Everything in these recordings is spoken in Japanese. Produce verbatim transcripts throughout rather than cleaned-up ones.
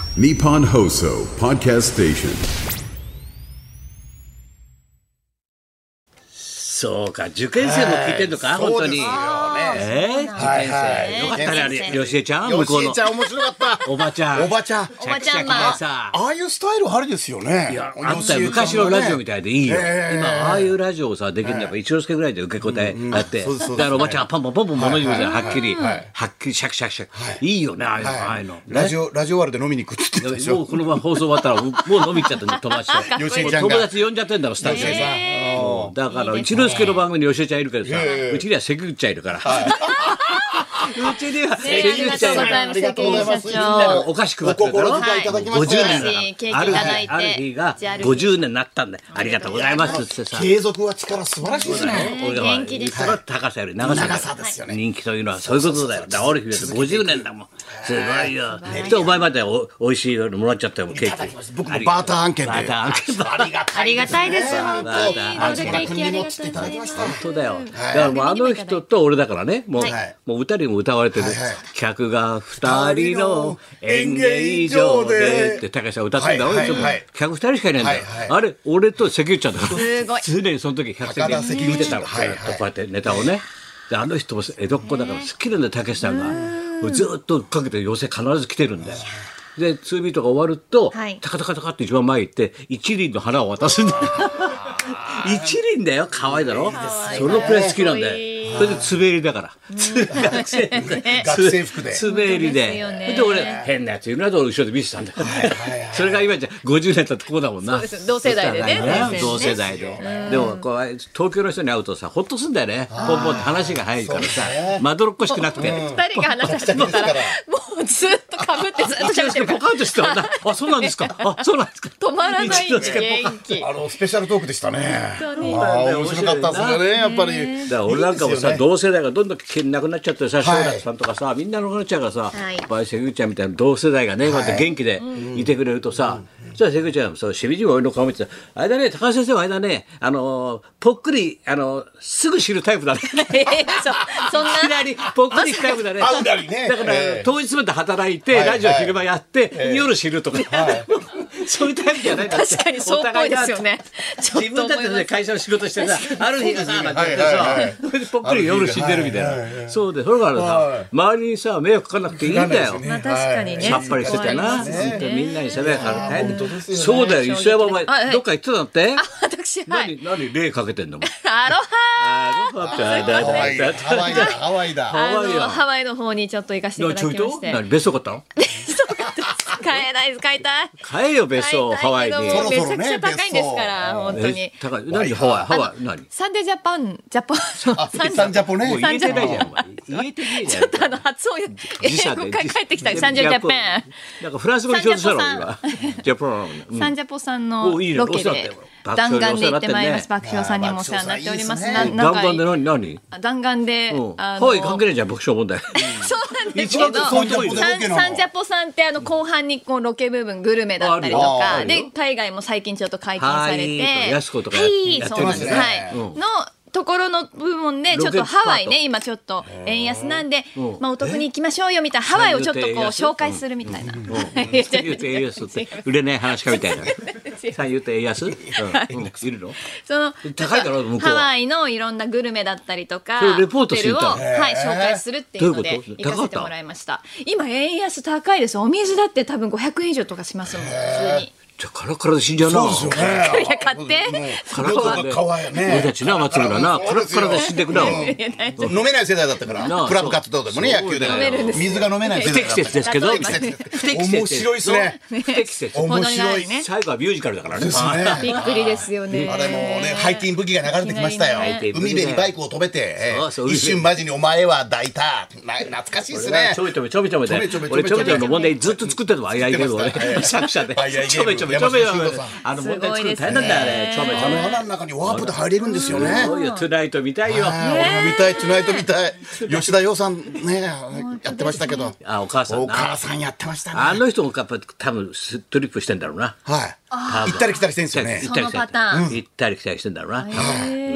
Nippon Hoso Podcast Station。 そうか、受験生も聞いてんのか、本当に。えー、受験生、よかったね、あれ、よしえちゃん、向こうの。 よしえちゃん面白かった。 おばちゃん。 おばちゃん。 おばちゃんがさ。 ああいうスタイルありですよね。 いや、あったよ、昔のラジオみたいでいいよ。今、ああいうラジオをさ、できるのやっぱ一之輔ぐらいで受け答えやって。だからおばちゃん、ポンポンポンポン物言うじゃん、はっきり。はっきり、シャクシャクシャク。いいよね、ああいうの。 ラジオ、ラジオワールで飲みに行くって言ってたでしょ。 もうこのまま放送終わったら、もう飲み行っちゃったの、友達と。 よしえちゃんが。 友達呼んじゃってんだろ、スタッフでさ。だから、一之輔の番組によしえちゃんいるけどさ、うちには関口ちゃんいるから。うちには関口ちゃんいるから。 ありがとうございます。 みんなのお菓子配ってるだろ。 お小遣いいただきました。 ごじゅうねんだケーキいから。 ただいてある日がごじゅうねんになったんだよ。ありがとうございますってさ。 継続は力素晴らしいですね。 俺が元気です。 高さより長さ。 長さですよね。 人気というのはそういうことだよ。だからある日でごじゅうねんだもん。すごいよ。でお前までお美味しいのもらっちゃったよケーキ。 僕もバーター案件で。 バーター案件。 ありがたい。 ありがたいです。本当に。 あどれか息ありがとうございます。 本当だよ。だからもうあの人と俺だからね。もうもう歌にも歌われてる。客が二人の演芸場でって高橋さん歌ってんだろ。客二人しかいないんだよ。あれ俺と関口ちゃんだから。 すごい。 常にその時客席に見てたの。ずっとこうやってネタをね。であの人も江戸っ子だから好きなんだよたけしさんが。ずっとかけて寄席必ず来てるんだよ。でツービートが終わると、はい、タカタカタカって一番前行って一輪の花を渡すんだよ。一輪だよ可愛いだろ。そのくらい好きなんだよ。それでつべ入りだから、学生学生服でつべ入りで、で俺変なやついるなと後ろで見せたんだよ。それが今じゃごじゅうねん経ったとこだもんな。 同世代でね。 同世代で。でもこう東京の人に会うとさほっとすんだよね。ポンポンって話が早いからさまどろっこしくなくて。 二人が話し始めたらもうずっとかぶってずっと喋ってるから。 ポカンとしてはあそうなんですか。あそうなんですか。 止まらない元気。 あのスペシャルトークでしたね。あ面白かったですよねやっぱり。 だから俺なんかもさ同世代がどんどん危険なくなっちゃってさ正楽さんとかさみんななくなっちゃうからさばい関口ちゃんみたいな同世代がねこうやって元気でいてくれるとさそしたら関口ちゃんそうしみじみ俺の顔見てさあれだね高橋先生はあれだねあのぽっくりあのすぐ知るタイプだね。 そんないきなりぽっくりタイプだね。だから当日まで働いてラジオ昼間やって夜知るとかそういうタイプじゃない。 確かにそうっぽいですよね。 自分だってね会社の仕事してさある日がさなんて言ってさぽっくり夜死んでるみたいな。そうでそれからさ周りにさ迷惑かかんなくていいんだよ。 まあ確かにね。 さっぱりしてたな。みんなにさ迷惑かかる大変だ。そうだよ磯山お前どっか行ってたんだって。 私何何霊かけてんの。 アロハアロハってハワイだハワイだハワイだハワイの方にちょっと行かせていただきまして。 何別荘買ったの。 買えないです買いたい。 買えよ別荘ハワイに。 めちゃくちゃ高いんですから本当に。 高い何ハワイハワイ何。 サンデージャパンジャポンサンジャポね。 言えてないじゃんお前。言えてないじゃん。 ちょっとあの発音英語から帰ってきたサンジャポン。 なんかフランス語にしようとしたの今。ジャポン。 サンジャポさんのロケで弾丸で行ってまいります。爆笑さんにもお世話になっております。 弾丸で何何。 弾丸でハワイ関係ないじゃん爆笑問題。 そうなんですけどサンジャポさんってあの後半にこうロケ部分グルメだったりとかで海外も最近ちょっと解禁されて安子とかやってそうなんですはいのところの部門でちょっとハワイね今ちょっと円安なんでまあお得に行きましょうよみたいなハワイをちょっとこう紹介するみたいな三遊亭円安って売れない話かみたいな三遊亭円安いるのその高いから向こうはハワイのいろんなグルメだったりとかレポートしてたはい紹介するっていうので行かせてもらいました今円安高いですお水だって多分ごひゃくえん以上とかしますもん普通にじゃあカラカラで死んじゃうな。 そうですよね。 いや買ってカラカラで俺たちな松村なカラカラで死んでくな。 飲めない世代だったからクラブ活動でもね野球で水が飲めない世代不適切ですけど面白いですね。 不適切面白い最後はミュージカルだからね。 びっくりですよね。 あれもねハイティーン武器が流れてきましたよ。海辺にバイクを飛べて一瞬マジにお前は抱いた懐かしいですね。 ちょめちょめちょめちょめで俺ちょめちょめの問題ずっと作ってるわあいあいゲームをね作者でちょめちょめちょめあの問題作る大変なんだよね。ちょめちょめあの穴の中にワープで入れるんですよね。 そういうトゥナイト見たいよ。 俺も見たいトゥナイト見たい。吉田羊さんねやってましたけどあお母さんお母さんやってましたね。 あの人もやっぱ多分トリップしてんだろうな。 はい行ったり来たりしてんですよね。 そのパターン行ったり来たりしてんだろうな。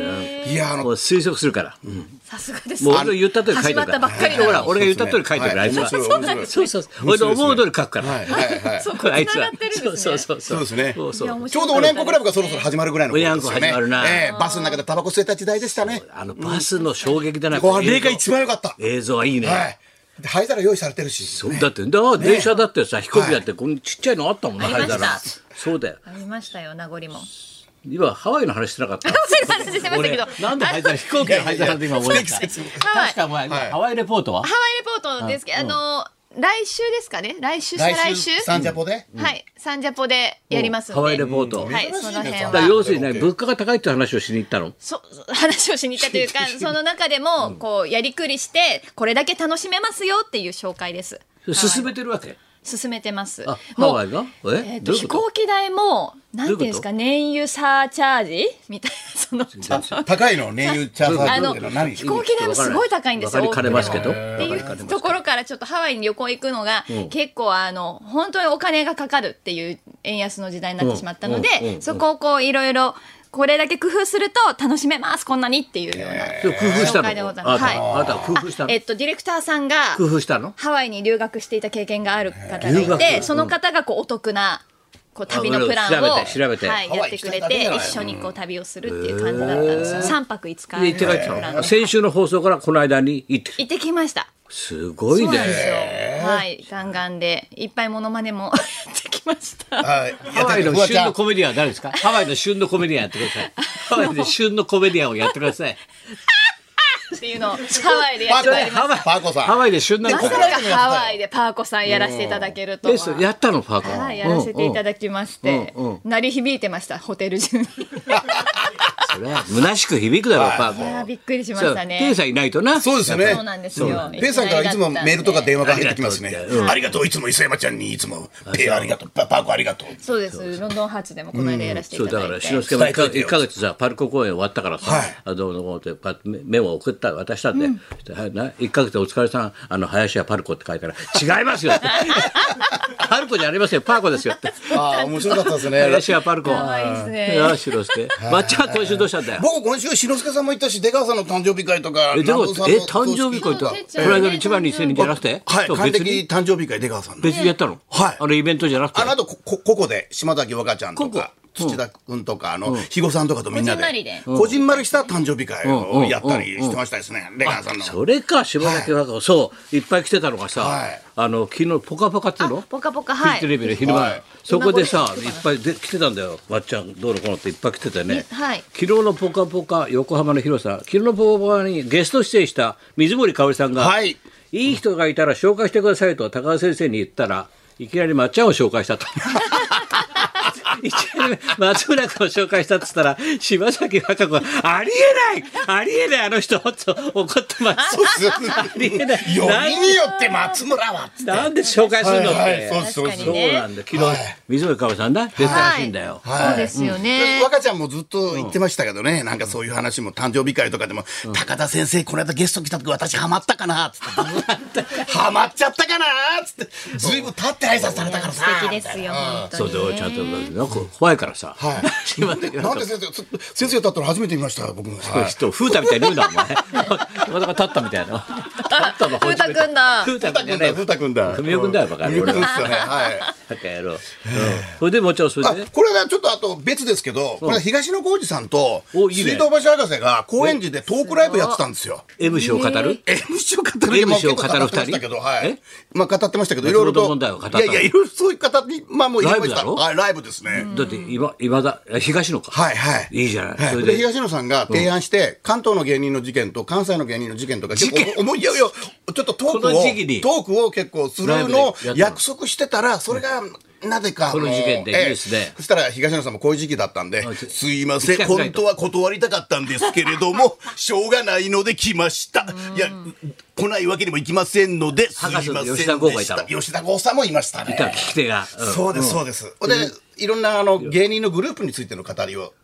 いやあのもう推測するから。 さすがです。 もう俺の言った通り書いてるから。 始まったばっかりのほら俺が言った通り書いてるからあいつは。そうそうそう。俺の思う通り書くから。 はいはいはい。 そこ繋がってるんですね。 そうそうそうですね。 そうそう。 ちょうどおにゃんこクラブがそろそろ始まるぐらいの頃ですよね。 おにゃんこ始まるな。 ええバスの中でタバコ吸えた時代でしたね。 あのバスの衝撃だな。 あれが一番良かった。 映像はいいね。はい。 灰皿用意されてるし。 そうだってだから電車だってさ飛行機だってこのちっちゃいのあったもんね灰皿。そうだよ。 ありましたよ名残も。 今ハワイの話してなかった。 ハワイの話してましたけど。 なんで灰皿飛行機の灰皿で今思い出した。確か前ハワイレポートは？ ハワイレポートですけどあの来週ですかね。来週再来週。 サンジャポで。 はい、サンジャポでやりますので。 ハワイレポート。 はい、その辺は。 要するにね物価が高いって話をしに行ったの。 そ話をしに行ったというかその中でもこうやりくりしてこれだけ楽しめますよっていう紹介です。 進めてるわけ。 進めてます。 ハワイが？ えっと飛行機代もなんていうんですか燃油サーチャージみたいなその高いの燃油チャージあの飛行機代もすごい高いんですよ。 わかりますけど。 っていうところからちょっとハワイに旅行行くのが結構あの本当にお金がかかるっていう円安の時代になってしまったのでそこをこういろいろこれだけ工夫すると楽しめますこんなにっていうような工夫したの。 はい。 あなた工夫したの。 えっとディレクターさんが工夫したの。 ハワイに留学していた経験がある方がいてその方がこうお得なこう旅のプランをはいやってくれて一緒にこう旅をするっていう感じだったんですよ。三泊五日のプラン。 先週の放送からこの間に行って行ってきました。 すごいね。 はい、ガンガンでいっぱいモノマネもやってきました。 はい。 ハワイの旬のコメディアンは誰ですか？ハワイの旬のコメディアンやってください。ハワイで旬のコメディアンをやってください。 っていうのをハワイでやってまいりました。 パーコさん。 ハワイで旬なまさかハワイでパーコさんやらせていただけるとは。 やったのパーコ。 はい、やらせていただきまして、鳴り響いてましたホテル中に。 それは虚しく響くだろうパーコ。 いやびっくりしましたね。 ペイさんいないとな。 そうですよね。 そうなんですよ。 ペイさんからいつもメールとか電話が入ってきますね。ありがとういつも磯山ちゃんにいつもペイありがとうパーコありがとう。 そうです。ロンドンハーツでもこの間やらせていただいて。 そうだから篠介もいっかげつさパルコ公演終わったからさどうのってメモを送った渡したんでいっかげつお疲れさんあの林家パルコって書いたら違いますよって。パルコじゃありませんパーコですよって。 ああ面白かったですね。 林家パルコ。 可愛いですね。 よし篠介。まっちゃん今週どうしたんだよ。 僕今週篠介さんも行ったし出川さんの誕生日会とか。 えでもえ誕生日会とかこの間の一番にせんにじゃなくて。 はい還暦誕生日会出川さんの。 別にやったの。 はいあのイベントじゃなくて。 あの後こここで島崎和歌ちゃんとか。土田君とかあの肥後さんとかとみんなでこじんまりした誕生日会をやったりしてましたですね出川さんの。 それか島崎和歌そういっぱい来てたのがさあの昨日ポカポカっていうのポカポカはいテレビで昼間そこでさいっぱいで来てたんだよわっちゃんどうのこうのっていっぱい来ててね昨日のポカポカ横浜の広さ昨日のポカポカにゲスト出演した水森かおりさんがいい人がいたら紹介してくださいと高橋先生に言ったらいきなりまっちゃんを紹介したと。一年目松村君を紹介したって言ったら柴崎和歌子がありえないありえないあの人と怒ってます。ありえないよりによって松村はなんで紹介するのって、はいはい、そうそうそうなんだ昨日、はい、水森かおりさんだ出たらしいんだよ、 はいはい、そうですよね。 若ちゃんもずっと言ってましたけどね、うん、なんかそういう話も誕生日会とかでも、うん、高田先生この間ゲスト来た時私ハマったかなっつってハマっちゃったかなっつってずいぶん経って挨拶されたからさ素敵ですよ本当にね。 そうでちゃんとなんか怖いからさ、 はい、なんで先生先生だったら初めて見ました僕も。 はい、人風太みたいに言うなお前。まだ立ったみたいな。 風太くんだ。 風太くんだ。風太くんだ。文雄くんだよバカ。 文雄くんですよね。はい。 バカ野郎。それでもちろんそれで。 これねちょっとあと別ですけど、これ東野幸治さんと水道橋博士が高円寺でトークライブやってたんですよ。 エムシー を語る？ エムシー を語る。 エムシー を語る二人。 はい。まあ語ってましたけどいろいろと。いやいやいろいろそういう方にまあもうライブだろ？ はいライブですね。 だって今今だ東野か。 はいはい。 いいじゃない。 それで東野さんが提案して関東の芸人の事件と関西の芸人の事件とか結構思いやいやちょっとトークをトークを結構するのを約束してたらそれがなぜかこの事件でニュースでそしたら東野さんもこういう時期だったんですいません本当は断りたかったんですけれどもしょうがないので来ましたいや来ないわけにもいきませんのですいませんでした吉田剛さんもいましたね聞き手がそうですそうですでいろんなあの芸人のグループについての語りを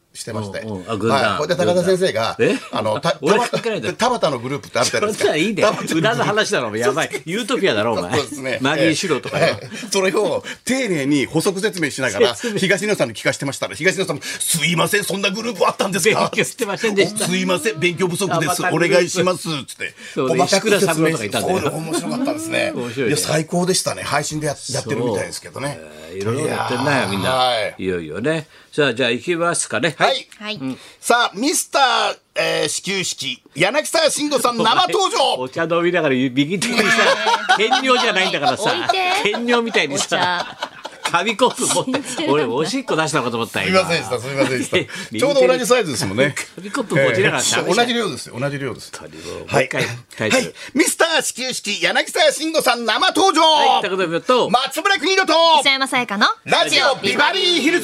してまして、 うんうんあ軍団はい、これで高田先生がえあのた俺田関係ないんだよ田畑のグループってあるじゃないですか。 そんなんいいね田畑裏の話だろお前やばいユートピアだろお前そうですね。 マギーシロとかよええそれを丁寧に補足説明しながら説明東野さんに聞かしてましたら、東野さんもすいませんそんなグループあったんです勉か。 強してませんでしたすいません勉強不足ですおあまたグループ願いしますつってそうね石倉三郎とかいたんだよそう面白かったですね。 面白いねいや最高でしたね。配信でややってるみたいですけどね。 えーいろいろやってんなよみんな、 はいいよいよね。さあじゃあ行きますかね。 はい、 はい、 さあミスター、えー始球式柳沢慎吾さん生登場。 お茶飲みながら右手にさ兼尿じゃないんだからさ置いて兼尿みたいにさ紙コップ持って俺おしっこ出したのかと思ったよすみませんでしたすみませんでした右手にちょうど同じサイズですもんね。 紙コップ持ちながらえー同じ量ですよ同じ量です。 もう一回タイトルはい、ミスター始球式柳沢慎吾さん生登場。 はい高田と松村邦洋と磯山さやかのラジオビバリーヒルズ。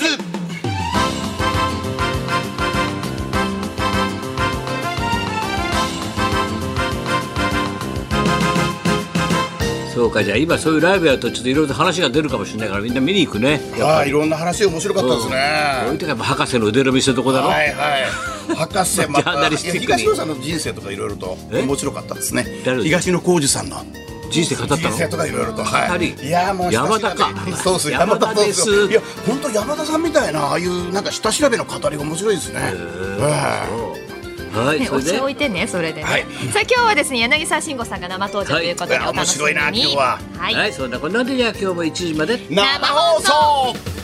そうかじゃあ今そういうライブやるとちょっといろいろ話が出るかもしれないからみんな見に行くねやっぱりああいろんな話面白かったですね。 こういう時はやっぱ博士の腕の見せ所だろ、 はいはい博士まジャーナたリスティックに東野さんの人生とかいろいろとえ面白かったですね。 誰東野幸治さんの人生語ったの人生とかいろいろと、は語りい、いやもう下調べ山田かそうです山田ですそういや本当山田さんみたいなああいうなんか下調べの語りが面白いですね。 はいね、おそれで茶置いてねそれでね、 はいさあ今日はですね柳沢慎吾さんが生登場ということではいお楽しみに、 いや面白いな今日ははいはいそんなこんなでじゃあ今日もいちじまで生放送。